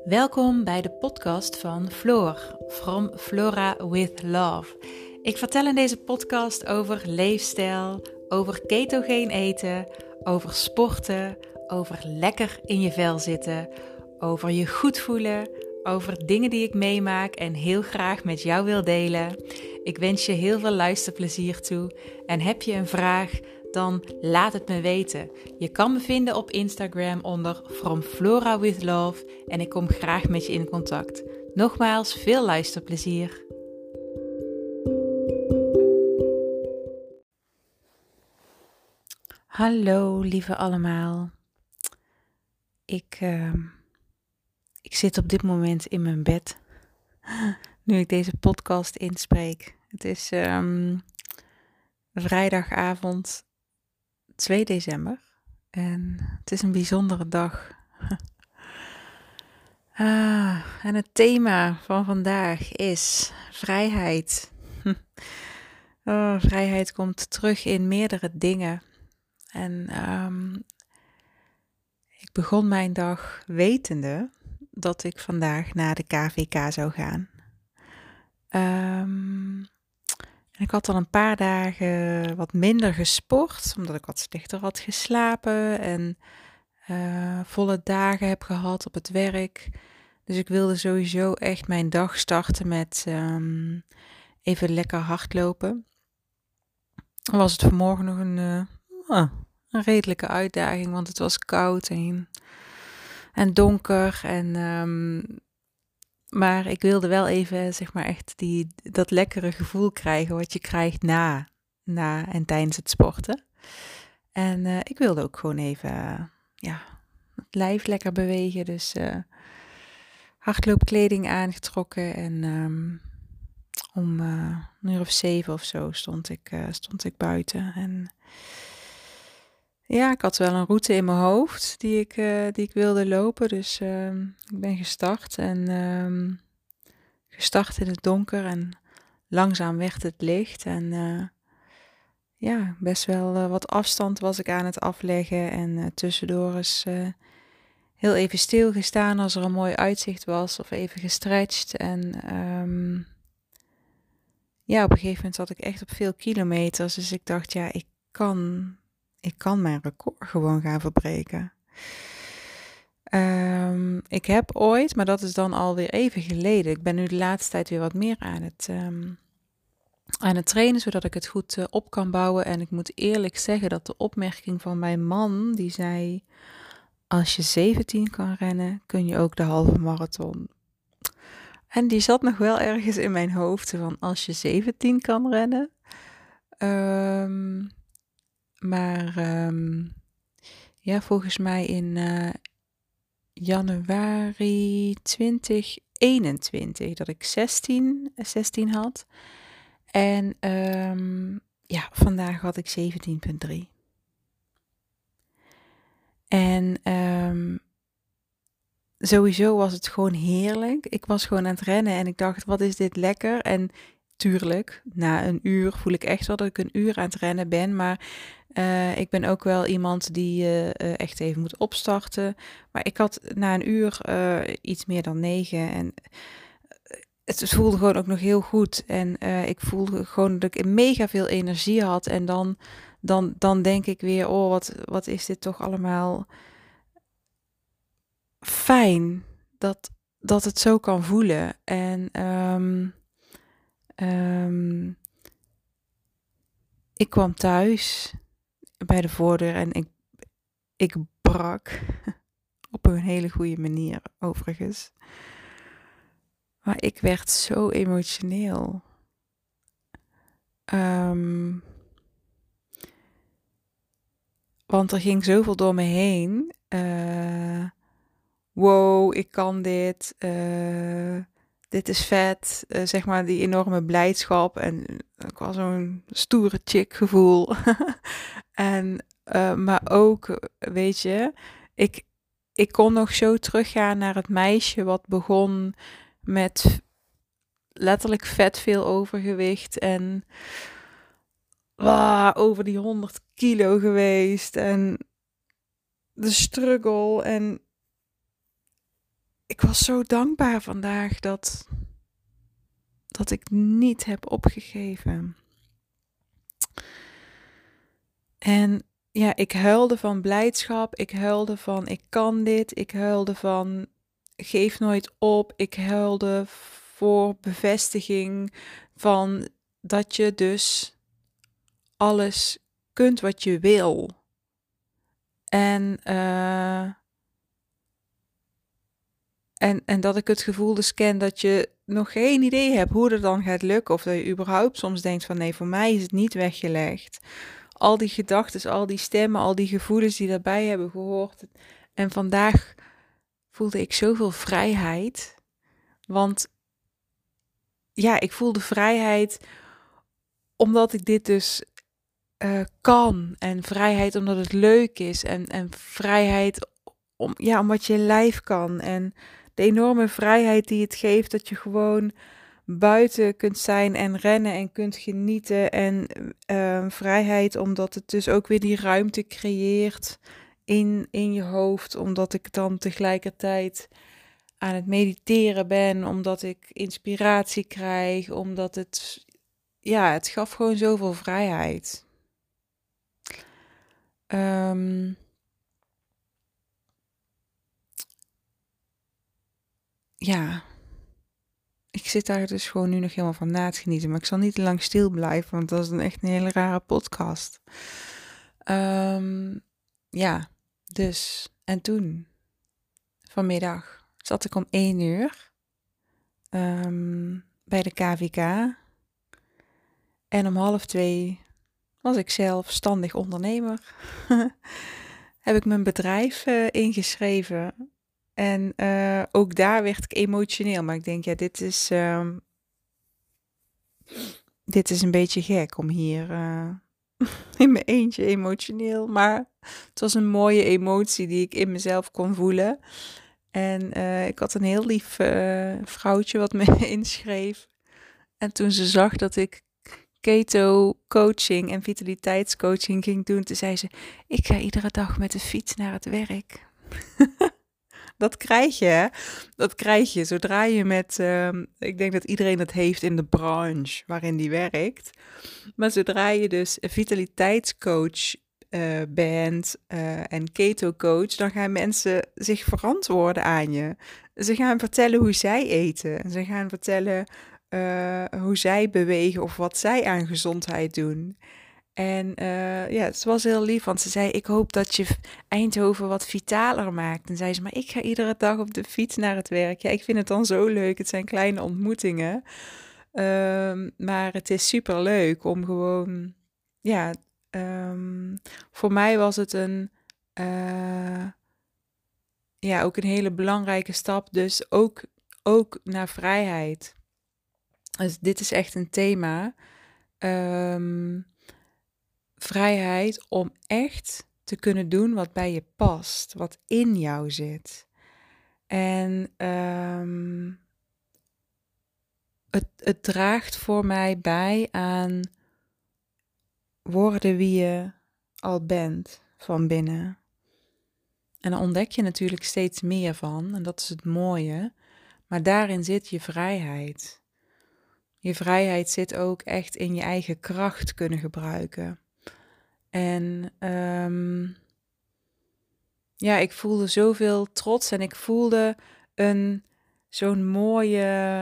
Welkom bij de podcast van Floor, From Flora with Love. Ik vertel in deze podcast over leefstijl, over ketogeen eten, over sporten, over lekker in je vel zitten, over je goed voelen, over dingen die ik meemaak en heel graag met jou wil delen. Ik wens je heel veel luisterplezier toe en heb je een vraag, dan laat het me weten. Je kan me vinden op Instagram onder From Flora with Love en ik kom graag met je in contact. Nogmaals, veel luisterplezier. Hallo lieve allemaal. Ik zit op dit moment in mijn bed, nu ik deze podcast inspreek. Het is vrijdagavond 2 december en het is een bijzondere dag. En het thema van vandaag is vrijheid. Vrijheid komt terug in meerdere dingen. En ik begon mijn dag wetende dat ik vandaag naar de KVK zou gaan. En ik had al een paar dagen wat minder gesport, omdat ik wat slechter had geslapen en volle dagen heb gehad op het werk. Dus ik wilde sowieso echt mijn dag starten met even lekker hardlopen. Dan was het vanmorgen nog een redelijke uitdaging, want het was koud en donker. Maar ik wilde wel even, zeg maar, echt dat lekkere gevoel krijgen wat je krijgt na en tijdens het sporten. En ik wilde ook gewoon even, het lijf lekker bewegen. Dus hardloopkleding aangetrokken en om 7:00 of zo stond ik buiten. En ja, ik had wel een route in mijn hoofd die ik wilde lopen. Dus ik ben gestart en gestart in het donker en langzaam werd het licht. En best wel wat afstand was ik aan het afleggen. En tussendoor is heel even stilgestaan als er een mooi uitzicht was of even gestretched. En op een gegeven moment zat ik echt op veel kilometers. Dus ik dacht, ik kan mijn record gewoon gaan verbreken. Ik heb ooit, maar dat is dan alweer even geleden. Ik ben nu de laatste tijd weer wat meer aan het trainen, zodat ik het goed op kan bouwen. En ik moet eerlijk zeggen dat de opmerking van mijn man, die zei: als je 17 kan rennen, kun je ook de halve marathon. En die zat nog wel ergens in mijn hoofd, van als je 17 kan rennen. Volgens mij in januari 2021 dat ik 16 had. En vandaag had ik 17,3. En sowieso was het gewoon heerlijk. Ik was gewoon aan het rennen en ik dacht, wat is dit lekker. En tuurlijk, na een uur voel ik echt wel dat ik een uur aan het rennen ben. Maar ik ben ook wel iemand die echt even moet opstarten. Maar ik had na een uur iets meer dan 9. En het voelde gewoon ook nog heel goed. En ik voelde gewoon dat ik mega veel energie had. En dan denk ik weer, wat is dit toch allemaal fijn dat het zo kan voelen. En ik kwam thuis bij de voordeur en ik brak op een hele goede manier, overigens. Maar ik werd zo emotioneel. Want er ging zoveel door me heen. Wow, ik kan dit. Dit is vet. Zeg maar die enorme blijdschap. En ik was zo'n stoere chick gevoel. Maar ook, weet je, ik kon nog zo teruggaan naar het meisje wat begon met letterlijk vet veel overgewicht en over die 100 kilo geweest en de struggle en ik was zo dankbaar vandaag dat ik niet heb opgegeven. En ja, ik huilde van blijdschap. Ik huilde van ik kan dit. Ik huilde van geef nooit op. Ik huilde voor bevestiging van dat je dus alles kunt wat je wil. En dat ik het gevoel dus ken dat je nog geen idee hebt hoe het dan gaat lukken. Of dat je überhaupt soms denkt van nee, voor mij is het niet weggelegd. Al die gedachten, al die stemmen, al die gevoelens die daarbij hebben gehoord. En vandaag voelde ik zoveel vrijheid. Want ja, ik voelde vrijheid omdat ik dit dus kan. En vrijheid omdat het leuk is. En vrijheid omdat je lijf kan. En de enorme vrijheid die het geeft dat je gewoon buiten kunt zijn en rennen en kunt genieten. En vrijheid omdat het dus ook weer die ruimte creëert in je hoofd. Omdat ik dan tegelijkertijd aan het mediteren ben. Omdat ik inspiratie krijg. Omdat het gaf gewoon zoveel vrijheid. Ja, ik zit daar dus gewoon nu nog helemaal van na te genieten. Maar ik zal niet te lang stil blijven, want dat is echt een hele rare podcast. Ja, dus. En toen, vanmiddag, zat ik om 1 uur bij de KVK. En om 1:30 was ik zelfstandig ondernemer. Heb ik mijn bedrijf ingeschreven. En ook daar werd ik emotioneel. Maar ik denk, ja, dit is een beetje gek om hier in mijn eentje emotioneel. Maar het was een mooie emotie die ik in mezelf kon voelen. En ik had een heel lief vrouwtje wat me inschreef. En toen ze zag dat ik keto coaching en vitaliteitscoaching ging doen, toen zei ze, ik ga iedere dag met de fiets naar het werk. Dat krijg je, hè? Dat krijg je zodra je met... ik denk dat iedereen dat heeft in de branche waarin die werkt. Maar zodra je dus vitaliteitscoach bent en keto-coach, dan gaan mensen zich verantwoorden aan je. Ze gaan vertellen hoe zij eten. Ze gaan vertellen hoe zij bewegen of wat zij aan gezondheid doen. En het was heel lief, want ze zei, ik hoop dat je Eindhoven wat vitaler maakt. En zei ze, maar ik ga iedere dag op de fiets naar het werk. Ja, ik vind het dan zo leuk. Het zijn kleine ontmoetingen. Maar het is super leuk om gewoon, voor mij was het ook een hele belangrijke stap. Dus ook naar vrijheid. Dus dit is echt een thema. Vrijheid om echt te kunnen doen wat bij je past, wat in jou zit. En het draagt voor mij bij aan worden wie je al bent van binnen. En dan ontdek je natuurlijk steeds meer van, en dat is het mooie, maar daarin zit je vrijheid. Je vrijheid zit ook echt in je eigen kracht kunnen gebruiken. En ik voelde zoveel trots en ik voelde zo'n mooie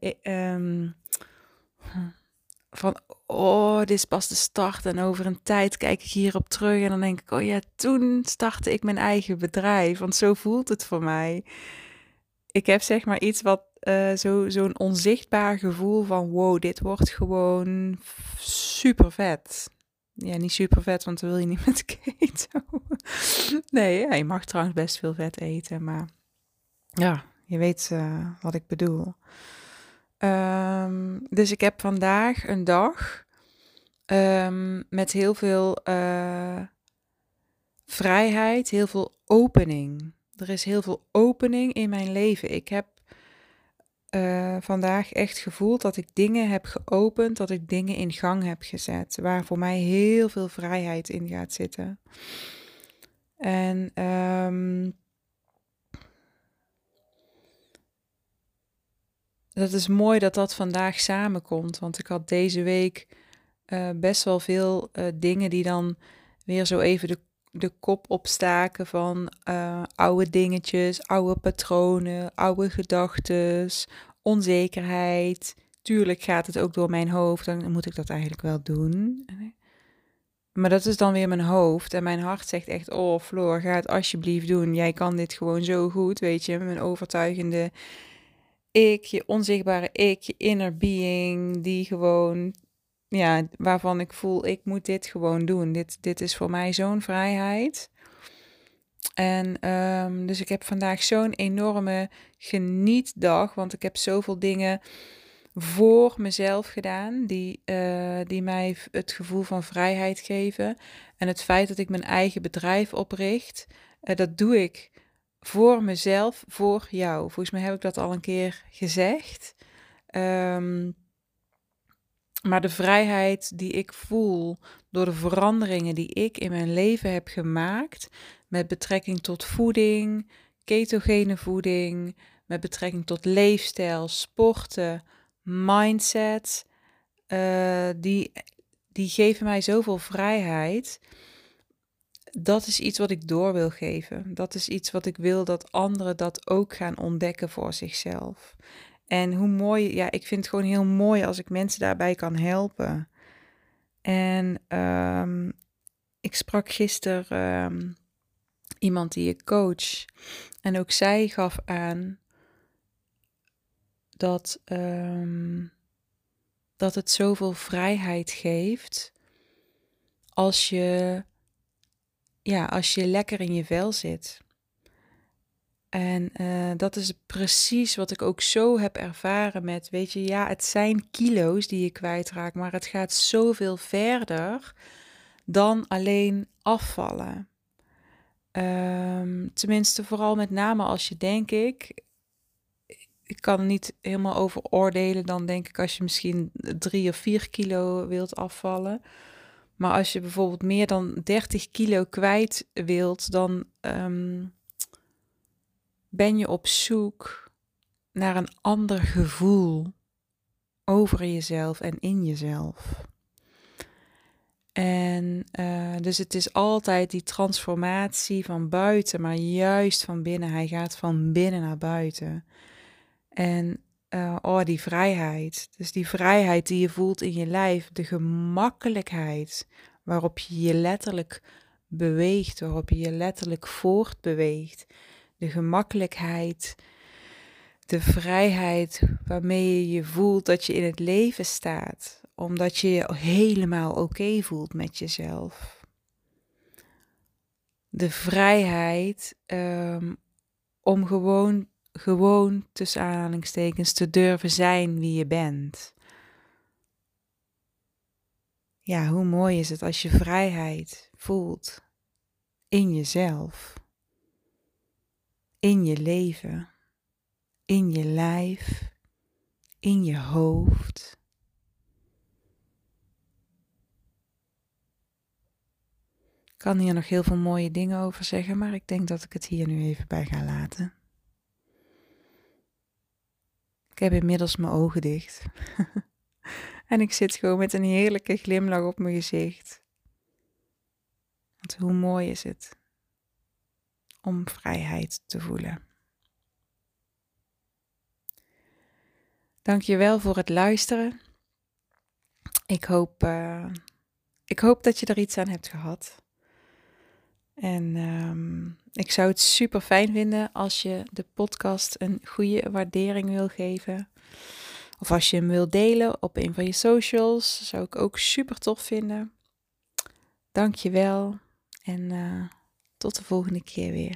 van, oh, dit is pas de start en over een tijd kijk ik hierop terug en dan denk ik, oh ja, toen startte ik mijn eigen bedrijf, want zo voelt het voor mij. Ik heb zeg maar iets wat zo'n onzichtbaar gevoel van, wow, dit wordt gewoon super vet. Ja, niet super vet, want dan wil je niet met keto. Nee, ja, je mag trouwens best veel vet eten, maar ja, je weet wat ik bedoel. Dus ik heb vandaag een dag met heel veel vrijheid, heel veel opening. Er is heel veel opening in mijn leven. Ik heb vandaag echt gevoeld dat ik dingen heb geopend, dat ik dingen in gang heb gezet, waar voor mij heel veel vrijheid in gaat zitten. En dat is mooi dat dat vandaag samenkomt. Want ik had deze week best wel veel dingen die dan weer zo even de kop opstaken van oude dingetjes, oude patronen, oude gedachtes, onzekerheid. Tuurlijk gaat het ook door mijn hoofd, dan moet ik dat eigenlijk wel doen. Maar dat is dan weer mijn hoofd en mijn hart zegt echt, oh Floor, ga het alsjeblieft doen. Jij kan dit gewoon zo goed, weet je, mijn overtuigende ik, je onzichtbare ik, je inner being, die gewoon, ja, waarvan ik voel, ik moet dit gewoon doen. Dit is voor mij zo'n vrijheid. En dus ik heb vandaag zo'n enorme genietdag, want ik heb zoveel dingen voor mezelf gedaan, die mij het gevoel van vrijheid geven. En het feit dat ik mijn eigen bedrijf opricht, dat doe ik voor mezelf, voor jou. Volgens mij heb ik dat al een keer gezegd. Maar de vrijheid die ik voel door de veranderingen die ik in mijn leven heb gemaakt, met betrekking tot voeding, ketogene voeding, met betrekking tot leefstijl, sporten, mindset, die geven mij zoveel vrijheid. Dat is iets wat ik door wil geven. Dat is iets wat ik wil dat anderen dat ook gaan ontdekken voor zichzelf. En hoe mooi, ja, ik vind het gewoon heel mooi als ik mensen daarbij kan helpen. En ik sprak gisteren iemand die ik coach. En ook zij gaf aan dat het zoveel vrijheid geeft als je lekker in je vel zit. En dat is precies wat ik ook zo heb ervaren met, weet je, ja, het zijn kilo's die je kwijtraakt, maar het gaat zoveel verder dan alleen afvallen. Tenminste, vooral met name als je, denk ik kan er niet helemaal over oordelen, dan denk ik als je misschien 3 of 4 kilo wilt afvallen. Maar als je bijvoorbeeld meer dan 30 kilo kwijt wilt, dan ben je op zoek naar een ander gevoel over jezelf en in jezelf. En dus het is altijd die transformatie van buiten, maar juist van binnen. Hij gaat van binnen naar buiten. En die vrijheid. Dus die vrijheid die je voelt in je lijf, de gemakkelijkheid waarop je je letterlijk beweegt, waarop je je letterlijk voortbeweegt. De gemakkelijkheid, de vrijheid waarmee je je voelt dat je in het leven staat. Omdat je je helemaal oké voelt met jezelf. De vrijheid om gewoon tussen aanhalingstekens te durven zijn wie je bent. Ja, hoe mooi is het als je vrijheid voelt in jezelf. In je leven, in je lijf, in je hoofd. Ik kan hier nog heel veel mooie dingen over zeggen, maar ik denk dat ik het hier nu even bij ga laten. Ik heb inmiddels mijn ogen dicht. En ik zit gewoon met een heerlijke glimlach op mijn gezicht. Want hoe mooi is het om vrijheid te voelen. Dank je wel voor het luisteren. Ik hoop dat je er iets aan hebt gehad. En ik zou het super fijn vinden als je de podcast een goede waardering wil geven. Of als je hem wil delen op een van je socials. Zou ik ook super tof vinden. Dank je wel. En tot de volgende keer weer.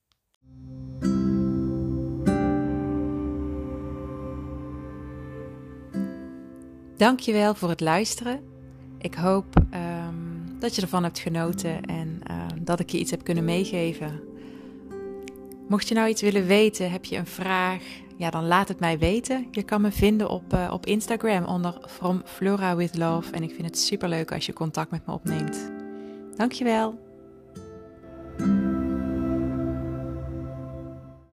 Dank je wel voor het luisteren. Ik hoop dat je ervan hebt genoten en dat ik je iets heb kunnen meegeven. Mocht je nou iets willen weten, heb je een vraag, ja, dan laat het mij weten. Je kan me vinden op Instagram onder From Flora with Love. En ik vind het superleuk als je contact met me opneemt. Dankjewel.